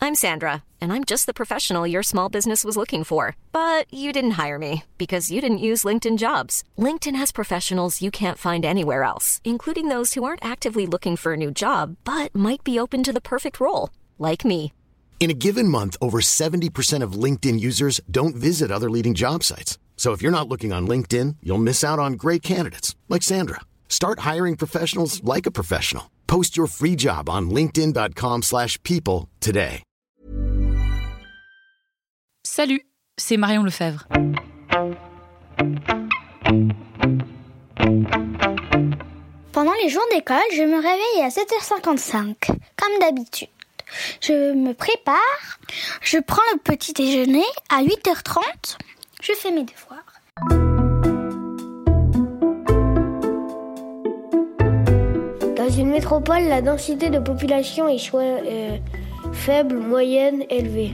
I'm Sandra, and I'm just the professional your small business was looking for. But you didn't hire me because you didn't use LinkedIn Jobs. LinkedIn has professionals you can't find anywhere else, including those who aren't actively looking for a new job, but might be open to the perfect role, like me. In a given month, over 70% of LinkedIn users don't visit other leading job sites. So if you're not looking on LinkedIn, you'll miss out on great candidates like Sandra. Start hiring professionals like a professional. Post your free job on linkedin.com/people today. Salut, c'est Marion Lefebvre. Pendant les jours d'école, je me réveille à 7h55, comme d'habitude. Je me prépare, je prends le petit déjeuner à 8h30, je fais mes devoirs. Dans une métropole, la densité de population est soit faible, moyenne, élevée.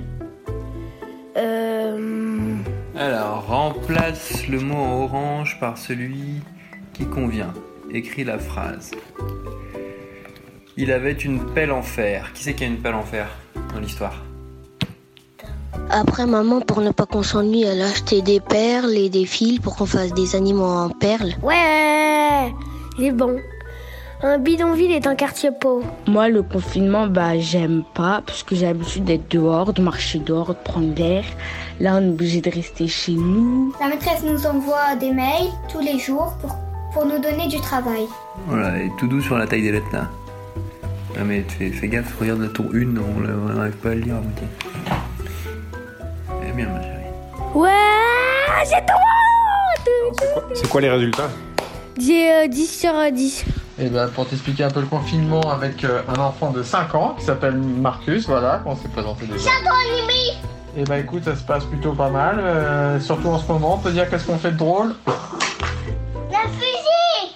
Alors, remplace le mot en orange par celui qui convient. Écris la phrase. Il avait une pelle en fer. Qui c'est qui a une pelle en fer dans l'histoire ? Après, maman, pour ne pas qu'on s'ennuie, elle a acheté des perles et des fils pour qu'on fasse des animaux en perles. Ouais, il est bon. Un bidonville est un quartier pauvre. Moi, le confinement, j'aime pas, parce que j'ai l'habitude d'être dehors, de marcher dehors, de prendre l'air. Là, on est obligé de rester chez nous. La maîtresse nous envoie des mails tous les jours pour nous donner du travail. Voilà, et tout doux sur la taille des lettres là. Non mais fais gaffe, regarde la tour 1, on n'arrive pas à le lire à moitié. Eh bien ma chérie. Ouais, j'ai trop. C'est quoi les résultats ? J'ai 10 sur 10. Et pour t'expliquer un peu le confinement avec un enfant de 5 ans qui s'appelle Marcus, voilà, qu'on s'est présenté déjà. Et écoute, ça se passe plutôt pas mal, surtout en ce moment. On peut dire qu'est-ce qu'on fait de drôle ? La fusée!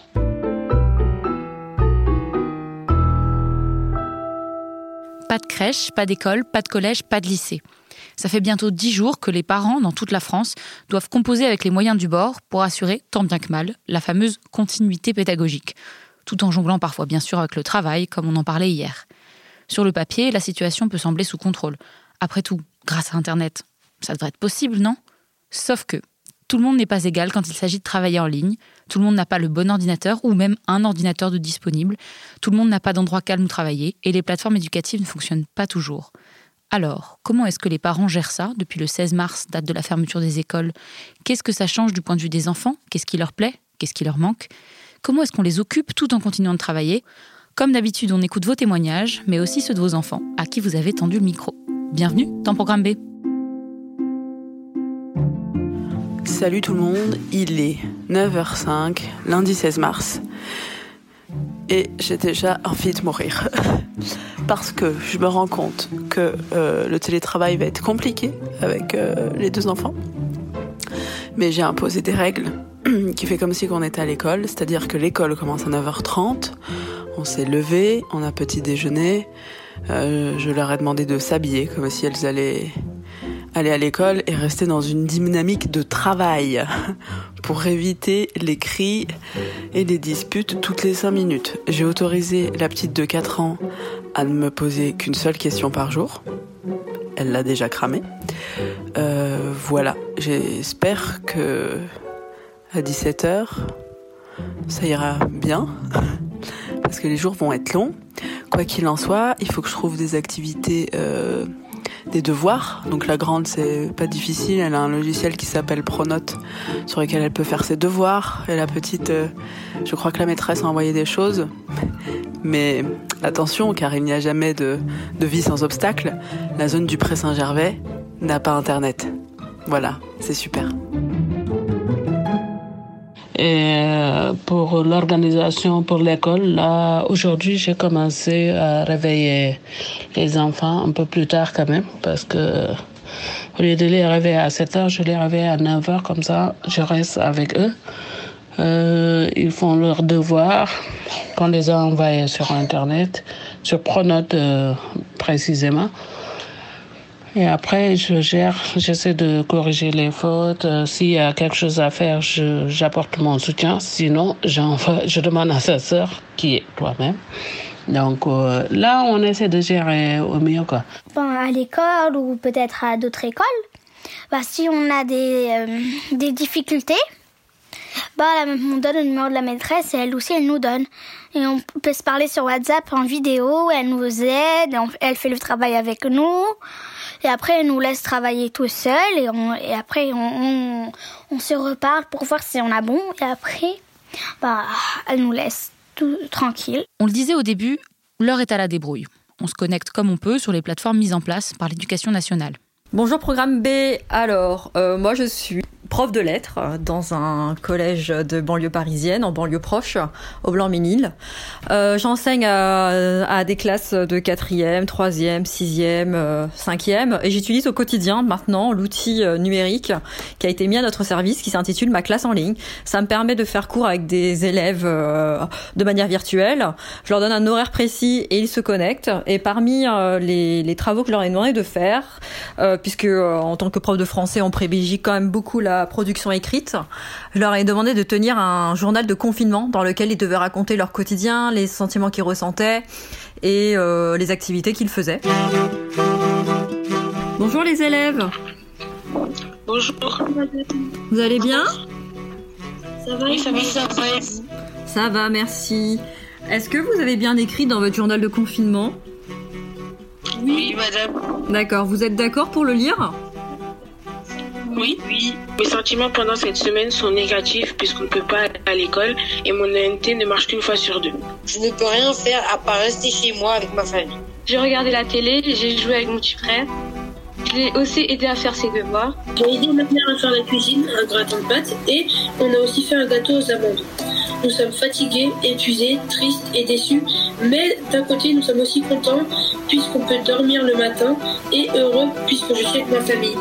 Pas de crèche, pas d'école, pas de collège, pas de lycée. Ça fait bientôt 10 jours que les parents, dans toute la France, doivent composer avec les moyens du bord pour assurer, tant bien que mal, la fameuse continuité pédagogique. Tout en jonglant parfois bien sûr avec le travail, comme on en parlait hier. Sur le papier, la situation peut sembler sous contrôle. Après tout, grâce à Internet, ça devrait être possible, non ? Sauf que tout le monde n'est pas égal quand il s'agit de travailler en ligne, tout le monde n'a pas le bon ordinateur ou même un ordinateur de disponible, tout le monde n'a pas d'endroit calme où travailler et les plateformes éducatives ne fonctionnent pas toujours. Alors, comment est-ce que les parents gèrent ça depuis le 16 mars, date de la fermeture des écoles ? Qu'est-ce que ça change du point de vue des enfants ? Qu'est-ce qui leur plaît ? Qu'est-ce qui leur manque ? Comment est-ce qu'on les occupe tout en continuant de travailler ? Comme d'habitude, on écoute vos témoignages, mais aussi ceux de vos enfants, à qui vous avez tendu le micro. Bienvenue dans Programme B. Salut tout le monde, il est 9h05, lundi 16 mars. Et j'ai déjà envie de mourir. Parce que je me rends compte que le télétravail va être compliqué avec les 2 enfants. Mais j'ai imposé des règles qui fait comme si on était à l'école. C'est-à-dire que l'école commence à 9h30. On s'est levé, on a petit déjeuner. Je leur ai demandé de s'habiller comme si elles allaient aller à l'école et rester dans une dynamique de travail pour éviter les cris et les disputes toutes les 5 minutes. J'ai autorisé la petite de 4 ans à ne me poser qu'une seule question par jour. Elle l'a déjà cramé. Voilà, j'espère que à 17h, ça ira bien, parce que les jours vont être longs. Quoi qu'il en soit, il faut que je trouve des activités, des devoirs. Donc la grande, c'est pas difficile, elle a un logiciel qui s'appelle Pronote, sur lequel elle peut faire ses devoirs. Et la petite, je crois que la maîtresse a envoyé des choses. Mais attention, car il n'y a jamais de vie sans obstacle. La zone du Pré Saint-Gervais n'a pas Internet. Voilà, c'est super. Et pour l'organisation pour l'école, là, aujourd'hui, j'ai commencé à réveiller les enfants un peu plus tard quand même, parce que au lieu de les réveiller à 7h, je les réveille à 9h, comme ça, je reste avec eux. Ils font leurs devoirs qu'on les a envoyés sur Internet, sur Pronote précisément. Et après, j'essaie de corriger les fautes. S'il y a quelque chose à faire, j'apporte mon soutien. Sinon, je demande à sa sœur, qui est toi-même, Donc là, on essaie de gérer au mieux, quoi. À l'école ou peut-être à d'autres écoles, si on a des difficultés, on donne le numéro de la maîtresse et elle aussi, elle nous donne. Et on peut se parler sur WhatsApp en vidéo, elle nous aide, elle fait le travail avec nous. Et après, elle nous laisse travailler tout seul et après, on se reparle pour voir si on a bon. Et après, elle nous laisse tout tranquille. On le disait au début, l'heure est à la débrouille. On se connecte comme on peut sur les plateformes mises en place par l'Éducation nationale. Bonjour Programme B, alors moi je suis prof de lettres dans un collège de banlieue parisienne, en banlieue proche, au Blanc-Ménil. J'enseigne à des classes de 4e, 3e, 6e, 5e et j'utilise au quotidien maintenant l'outil numérique qui a été mis à notre service qui s'intitule Ma classe en ligne. Ça me permet de faire cours avec des élèves de manière virtuelle. Je leur donne un horaire précis et ils se connectent. Et parmi les travaux que je leur ai demandé de faire, puisque en tant que prof de français, on privilégie quand même beaucoup la production écrite, je leur ai demandé de tenir un journal de confinement dans lequel ils devaient raconter leur quotidien, les sentiments qu'ils ressentaient et les activités qu'ils faisaient. Bonjour les élèves. Bonjour. Vous allez bien ? Ça va, oui, ça va. Ça va, merci. Est-ce que vous avez bien écrit dans votre journal de confinement ? Oui, madame. D'accord, vous êtes d'accord pour le lire ? Oui. Mes sentiments pendant cette semaine sont négatifs puisqu'on ne peut pas aller à l'école et mon ENT ne marche qu'une fois sur 2. Je ne peux rien faire à part rester chez moi avec ma famille. J'ai regardé la télé, j'ai joué avec mon petit frère. Je l'ai aussi aidé à faire ses devoirs. J'ai aidé ma mère à faire la cuisine, un gratin de pâtes et on a aussi fait un gâteau aux amandes. Nous sommes fatigués, épuisés, tristes et déçus, mais d'un côté nous sommes aussi contents puisqu'on peut dormir le matin et heureux puisque je suis avec ma famille.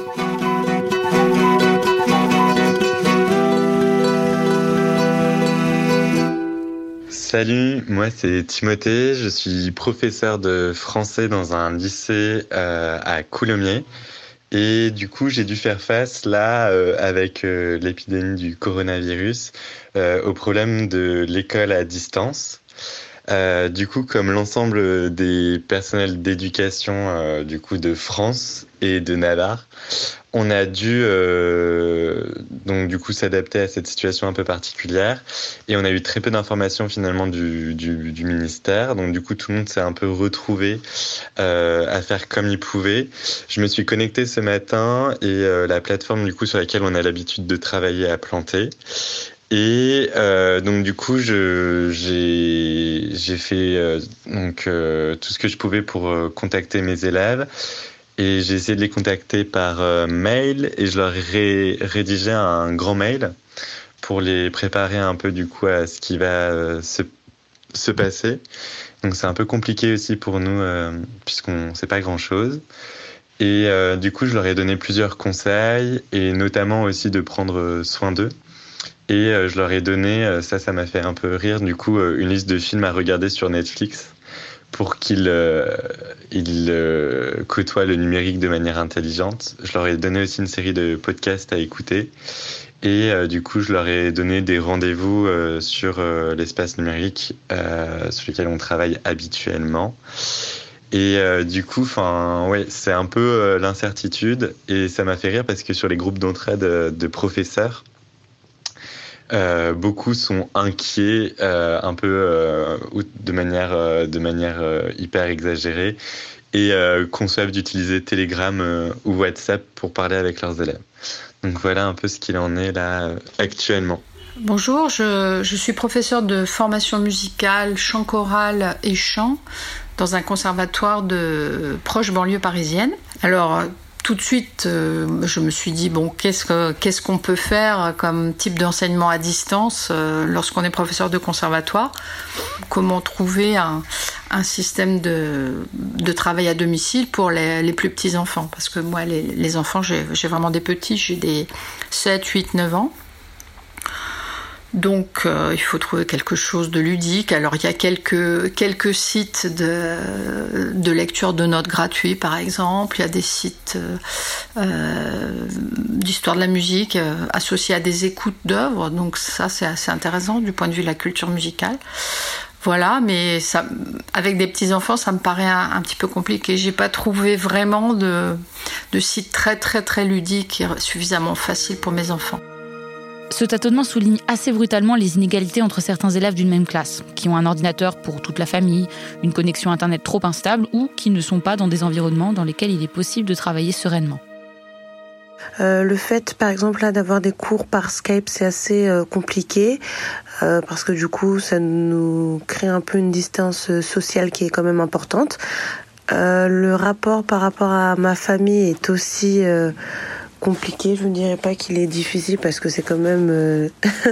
Salut, moi c'est Timothée, je suis professeur de français dans un lycée à Coulommiers et du coup j'ai dû faire face là avec l'épidémie du coronavirus au problème de l'école à distance. Du coup, comme l'ensemble des personnels d'éducation du coup de France et de Navarre, on a dû donc du coup s'adapter à cette situation un peu particulière et on a eu très peu d'informations finalement du ministère. Donc du coup, tout le monde s'est un peu retrouvé à faire comme il pouvait. Je me suis connecté ce matin et la plateforme du coup sur laquelle on a l'habitude de travailler a planté. Et donc du coup j'ai fait tout ce que je pouvais pour contacter mes élèves et j'ai essayé de les contacter par mail et je leur ai rédigé un grand mail pour les préparer un peu du coup à ce qui va se passer. Donc c'est un peu compliqué aussi pour nous puisqu'on ne sait pas grand chose. Et du coup je leur ai donné plusieurs conseils et notamment aussi de prendre soin d'eux. Et je leur ai donné, ça m'a fait un peu rire, du coup, une liste de films à regarder sur Netflix pour qu'ils côtoient le numérique de manière intelligente. Je leur ai donné aussi une série de podcasts à écouter. Et du coup, je leur ai donné des rendez-vous sur l'espace numérique sur lequel on travaille habituellement. Et du coup, c'est un peu l'incertitude. Et ça m'a fait rire parce que sur les groupes d'entraide de professeurs, beaucoup sont inquiets, un peu de manière hyper exagérée, et conçoivent d'utiliser Telegram ou WhatsApp pour parler avec leurs élèves. Donc voilà un peu ce qu'il en est là actuellement. Bonjour, je suis professeure de formation musicale, chant choral et chant dans un conservatoire de proche banlieue parisienne. Alors tout de suite, je me suis dit, qu'est-ce qu'on peut faire comme type d'enseignement à distance lorsqu'on est professeur de conservatoire ? Comment trouver un système de travail à domicile pour les plus petits enfants ? Parce que moi, les enfants, j'ai vraiment des petits, j'ai des 7, 8, 9 ans. Donc il faut trouver quelque chose de ludique. Alors il y a quelques sites de lecture de notes gratuits par exemple. Il y a des sites d'histoire de la musique associés à des écoutes d'œuvres. Donc ça c'est assez intéressant du point de vue de la culture musicale. Voilà, mais ça, avec des petits-enfants, ça me paraît un petit peu compliqué. J'ai pas trouvé vraiment de site très très très ludique et suffisamment facile pour mes enfants. Ce tâtonnement souligne assez brutalement les inégalités entre certains élèves d'une même classe, qui ont un ordinateur pour toute la famille, une connexion Internet trop instable ou qui ne sont pas dans des environnements dans lesquels il est possible de travailler sereinement. Le fait, par exemple, là, d'avoir des cours par Skype, c'est assez compliqué parce que du coup, ça nous crée un peu une distance sociale qui est quand même importante. Le rapport par rapport à ma famille est aussi compliqué. Je ne dirais pas qu'il est difficile parce que c'est quand même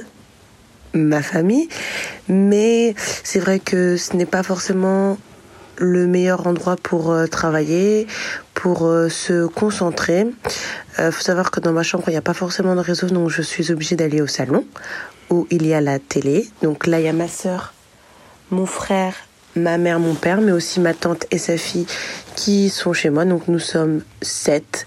ma famille, mais c'est vrai que ce n'est pas forcément le meilleur endroit pour travailler, pour se concentrer. Faut savoir que dans ma chambre, il n'y a pas forcément de réseau, donc je suis obligée d'aller au salon où il y a la télé. Donc là, il y a ma sœur, mon frère, ma mère, mon père, mais aussi ma tante et sa fille qui sont chez moi. Donc nous sommes 7.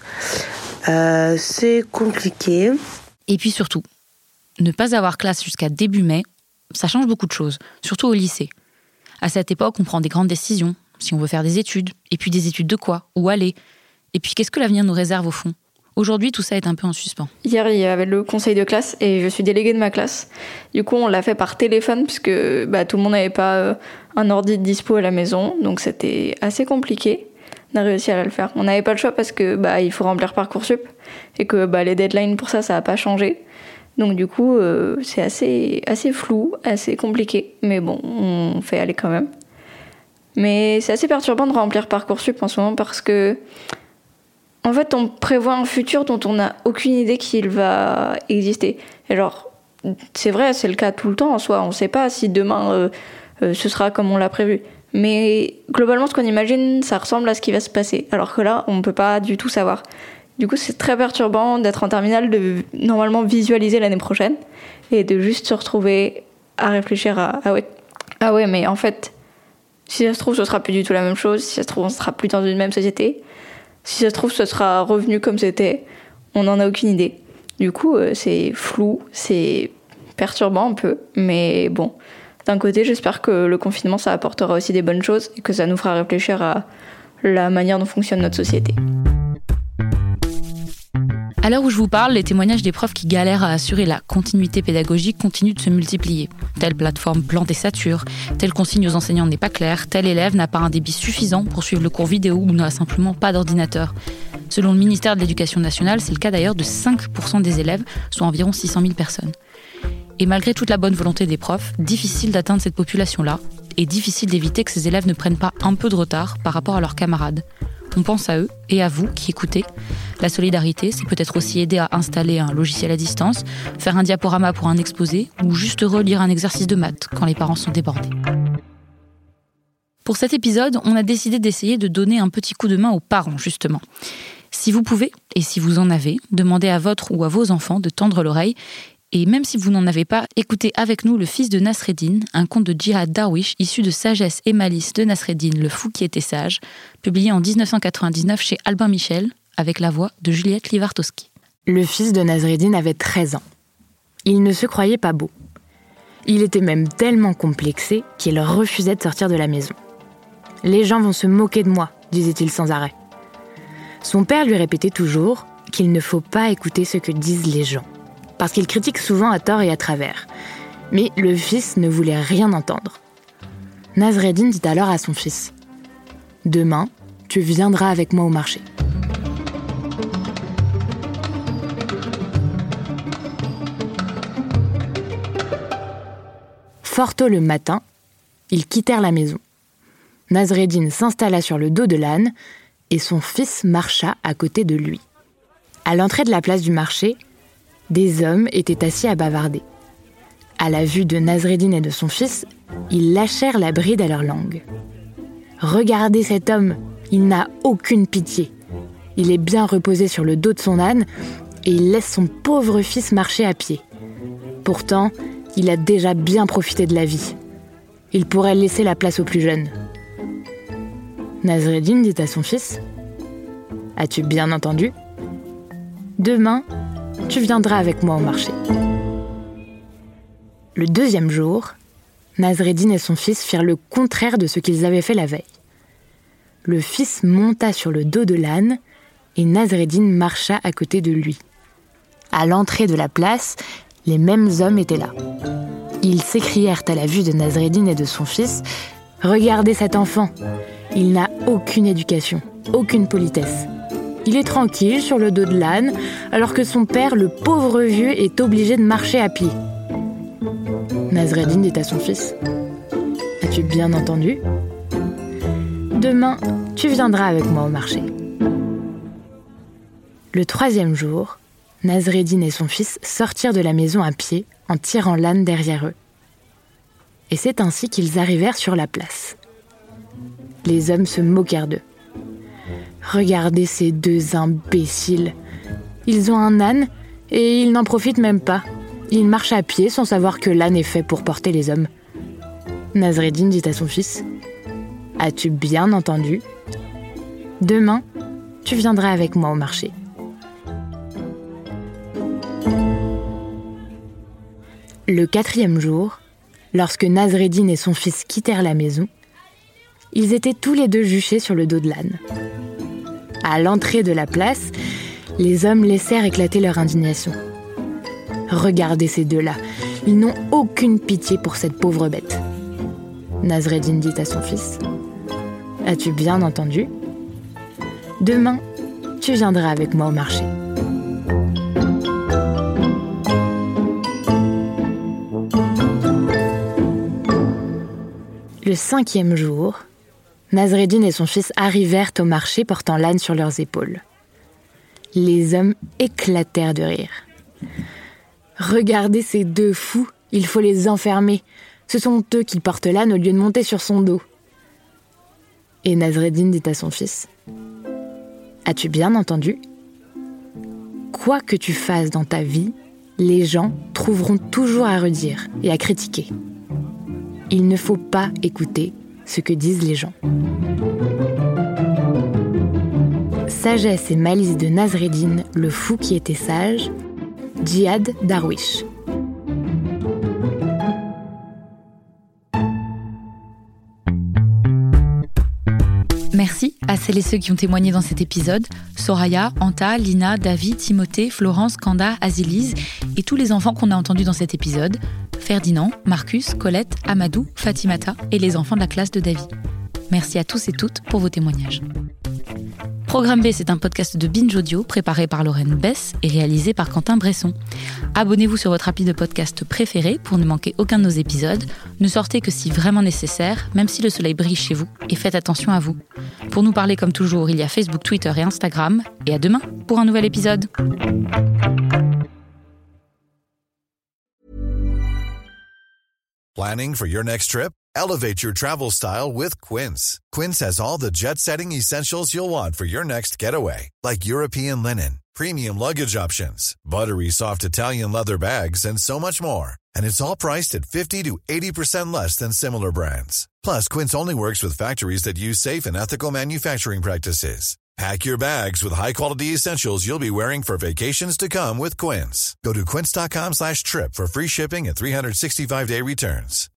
C'est compliqué. Et puis surtout, ne pas avoir classe jusqu'à début mai, ça change beaucoup de choses, surtout au lycée. À cette époque, on prend des grandes décisions, si on veut faire des études, et puis des études de quoi, où aller, et puis qu'est-ce que l'avenir nous réserve au fond. Aujourd'hui, tout ça est un peu en suspens. Hier, il y avait le conseil de classe et je suis déléguée de ma classe. Du coup, on l'a fait par téléphone puisque tout le monde n'avait pas un ordi de dispo à la maison, donc c'était assez compliqué. On a réussi à le faire. On n'avait pas le choix parce que il faut remplir Parcoursup et que les deadlines pour ça n'a pas changé. Donc du coup, c'est assez flou, assez compliqué. Mais bon, on fait aller quand même. Mais c'est assez perturbant de remplir Parcoursup en ce moment parce que, en fait, on prévoit un futur dont on n'a aucune idée qu'il va exister. Alors, c'est vrai, c'est le cas tout le temps en soi. On ne sait pas si demain, ce sera comme on l'a prévu. Mais globalement, ce qu'on imagine, ça ressemble à ce qui va se passer. Alors que là, on ne peut pas du tout savoir. Du coup, c'est très perturbant d'être en terminale, de normalement visualiser l'année prochaine et de juste se retrouver à réfléchir à ah ouais, mais en fait, si ça se trouve, ce sera plus du tout la même chose. Si ça se trouve, on sera plus dans une même société. Si ça se trouve, ce sera revenu comme c'était. On n'en a aucune idée. Du coup, c'est flou, c'est perturbant un peu, mais bon. D'un côté, j'espère que le confinement, ça apportera aussi des bonnes choses et que ça nous fera réfléchir à la manière dont fonctionne notre société. À l'heure où je vous parle, les témoignages des profs qui galèrent à assurer la continuité pédagogique continuent de se multiplier. Telle plateforme plante et sature, telle consigne aux enseignants n'est pas claire, tel élève n'a pas un débit suffisant pour suivre le cours vidéo ou n'a simplement pas d'ordinateur. Selon le ministère de l'Éducation nationale, c'est le cas d'ailleurs de 5% des élèves, soit environ 600 000 personnes. Et malgré toute la bonne volonté des profs, difficile d'atteindre cette population-là, et difficile d'éviter que ces élèves ne prennent pas un peu de retard par rapport à leurs camarades. On pense à eux et à vous qui écoutez. La solidarité, c'est peut-être aussi aider à installer un logiciel à distance, faire un diaporama pour un exposé, ou juste relire un exercice de maths quand les parents sont débordés. Pour cet épisode, on a décidé d'essayer de donner un petit coup de main aux parents, justement. Si vous pouvez, et si vous en avez, demandez à votre ou à vos enfants de tendre l'oreille. Et même si vous n'en avez pas, écoutez avec nous Le Fils de Nasreddin, un conte de Djihad Darwish issu de Sagesse et malice de Nasreddin, le fou qui était sage, publié en 1999 chez Albin Michel, avec la voix de Juliette Livartowski. Le fils de Nasreddin avait 13 ans. Il ne se croyait pas beau. Il était même tellement complexé qu'il refusait de sortir de la maison. « Les gens vont se moquer de moi », disait-il sans arrêt. Son père lui répétait toujours qu'il ne faut pas écouter ce que disent les gens, parce qu'il critique souvent à tort et à travers. Mais le fils ne voulait rien entendre. Nasreddin dit alors à son fils « Demain, tu viendras avec moi au marché. » Fort tôt le matin, ils quittèrent la maison. Nasreddin s'installa sur le dos de l'âne et son fils marcha à côté de lui. À l'entrée de la place du marché, des hommes étaient assis à bavarder. À la vue de Nasreddin et de son fils, ils lâchèrent la bride à leur langue. « Regardez cet homme, il n'a aucune pitié. Il est bien reposé sur le dos de son âne et il laisse son pauvre fils marcher à pied. Pourtant, il a déjà bien profité de la vie. Il pourrait laisser la place aux plus jeunes. » Nasreddin dit à son fils « As-tu bien entendu ? Demain, tu viendras avec moi au marché. » Le deuxième jour, Nasreddin et son fils firent le contraire de ce qu'ils avaient fait la veille. Le fils monta sur le dos de l'âne et Nasreddin marcha à côté de lui. À l'entrée de la place, les mêmes hommes étaient là. Ils s'écrièrent à la vue de Nasreddin et de son fils « Regardez cet enfant, il n'a aucune éducation, aucune politesse. Il est tranquille sur le dos de l'âne, alors que son père, le pauvre vieux, est obligé de marcher à pied. » Nasreddin dit à son fils « As-tu bien entendu ? Demain, tu viendras avec moi au marché. » Le 3e jour, Nasreddin et son fils sortirent de la maison à pied en tirant l'âne derrière eux. Et c'est ainsi qu'ils arrivèrent sur la place. Les hommes se moquèrent d'eux. « Regardez ces 2 imbéciles. Ils ont un âne et ils n'en profitent même pas. Ils marchent à pied sans savoir que l'âne est fait pour porter les hommes. » Nasreddin dit à son fils « As-tu bien entendu ? Demain, tu viendras avec moi au marché. » Le 4e jour, lorsque Nasreddin et son fils quittèrent la maison, ils étaient tous les 2 juchés sur le dos de l'âne. À l'entrée de la place, les hommes laissèrent éclater leur indignation. « Regardez ces 2-là, ils n'ont aucune pitié pour cette pauvre bête. » Nasreddin dit à son fils « As-tu bien entendu ? Demain, tu viendras avec moi au marché. » Le 5e jour, Nasreddin et son fils arrivèrent au marché portant l'âne sur leurs épaules. Les hommes éclatèrent de rire. « Regardez ces 2 fous, il faut les enfermer. Ce sont eux qui portent l'âne au lieu de monter sur son dos. » Et Nasreddin dit à son fils « As-tu bien entendu ? Quoi que tu fasses dans ta vie, les gens trouveront toujours à redire et à critiquer. Il ne faut pas écouter ce que disent les gens. » Sagesse et malice de Nasreddin, le fou qui était sage, Djihad Darwish. Merci à celles et ceux qui ont témoigné dans cet épisode. Soraya, Anta, Lina, David, Timothée, Florence, Kanda, Azilise et tous les enfants qu'on a entendus dans cet épisode. Ferdinand, Marcus, Colette, Amadou, Fatimata et les enfants de la classe de David. Merci à tous et toutes pour vos témoignages. Programme B, c'est un podcast de Binge Audio préparé par Lorraine Bess et réalisé par Quentin Bresson. Abonnez-vous sur votre appli de podcast préféré pour ne manquer aucun de nos épisodes. Ne sortez que si vraiment nécessaire, même si le soleil brille chez vous, et faites attention à vous. Pour nous parler comme toujours, il y a Facebook, Twitter et Instagram. Et à demain pour un nouvel épisode. Planning for your next trip? Elevate your travel style with Quince. Quince has all the jet-setting essentials you'll want for your next getaway, like European linen, premium luggage options, buttery soft Italian leather bags, and so much more. And it's all priced at 50 to 80% less than similar brands. Plus, Quince only works with factories that use safe and ethical manufacturing practices. Pack your bags with high-quality essentials you'll be wearing for vacations to come with Quince. Go to quince.com/trip for free shipping and 365-day returns.